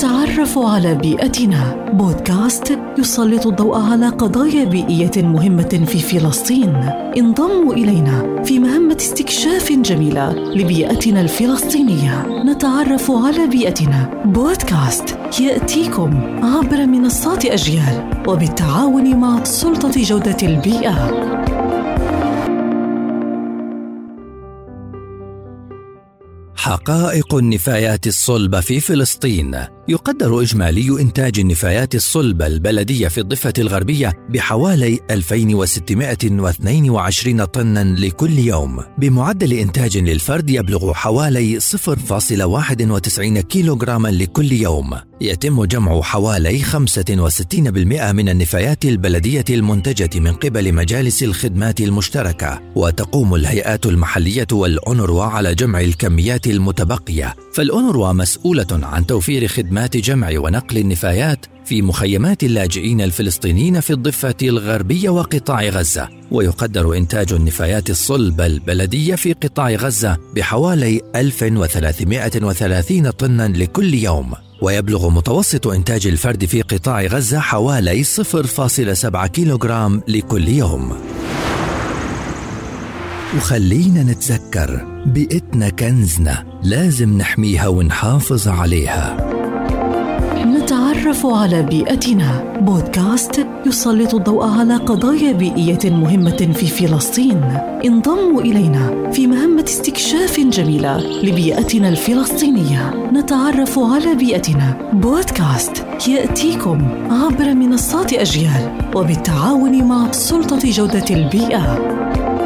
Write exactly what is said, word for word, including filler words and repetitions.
نتعرف على بيئتنا، بودكاست يسلط الضوء على قضايا بيئية مهمة في فلسطين. انضموا إلينا في مهمة استكشاف جميلة لبيئتنا الفلسطينية. نتعرف على بيئتنا، بودكاست يأتيكم عبر منصات أجيال وبالتعاون مع سلطة جودة البيئة. حقائق النفايات الصلبة في فلسطين. يقدر إجمالي إنتاج النفايات الصلبة البلدية في الضفة الغربية بحوالي ألفين وستمائة واثنين وعشرين طناً لكل يوم، بمعدل إنتاج للفرد يبلغ حوالي صفر فاصلة واحد وتسعين كيلوغراما لكل يوم. يتم جمع حوالي خمسة وستين بالمئة من النفايات البلدية المنتجة من قبل مجالس الخدمات المشتركة، وتقوم الهيئات المحلية والأونروا على جمع الكميات المتبقية. فالأونروا مسؤولة عن توفير خدمات جمع ونقل النفايات في مخيمات اللاجئين الفلسطينيين في الضفة الغربية وقطاع غزة. ويقدر إنتاج النفايات الصلبة البلدية في قطاع غزة بحوالي ألف وثلاثمائة وثلاثين طناً لكل يوم، ويبلغ متوسط إنتاج الفرد في قطاع غزة حوالي صفر فاصلة سبعة كيلوغرام لكل يوم. وخلينا نتذكر، بيئتنا كنزنا، لازم نحميها ونحافظ عليها. نتعرف على بيئتنا، بودكاست يسلط الضوء على قضايا بيئية مهمة في فلسطين. انضموا إلينا في مهمة استكشاف جميلة لبيئتنا الفلسطينية. نتعرف على بيئتنا، بودكاست يأتيكم عبر منصات أجيال وبالتعاون مع سلطة جودة البيئة.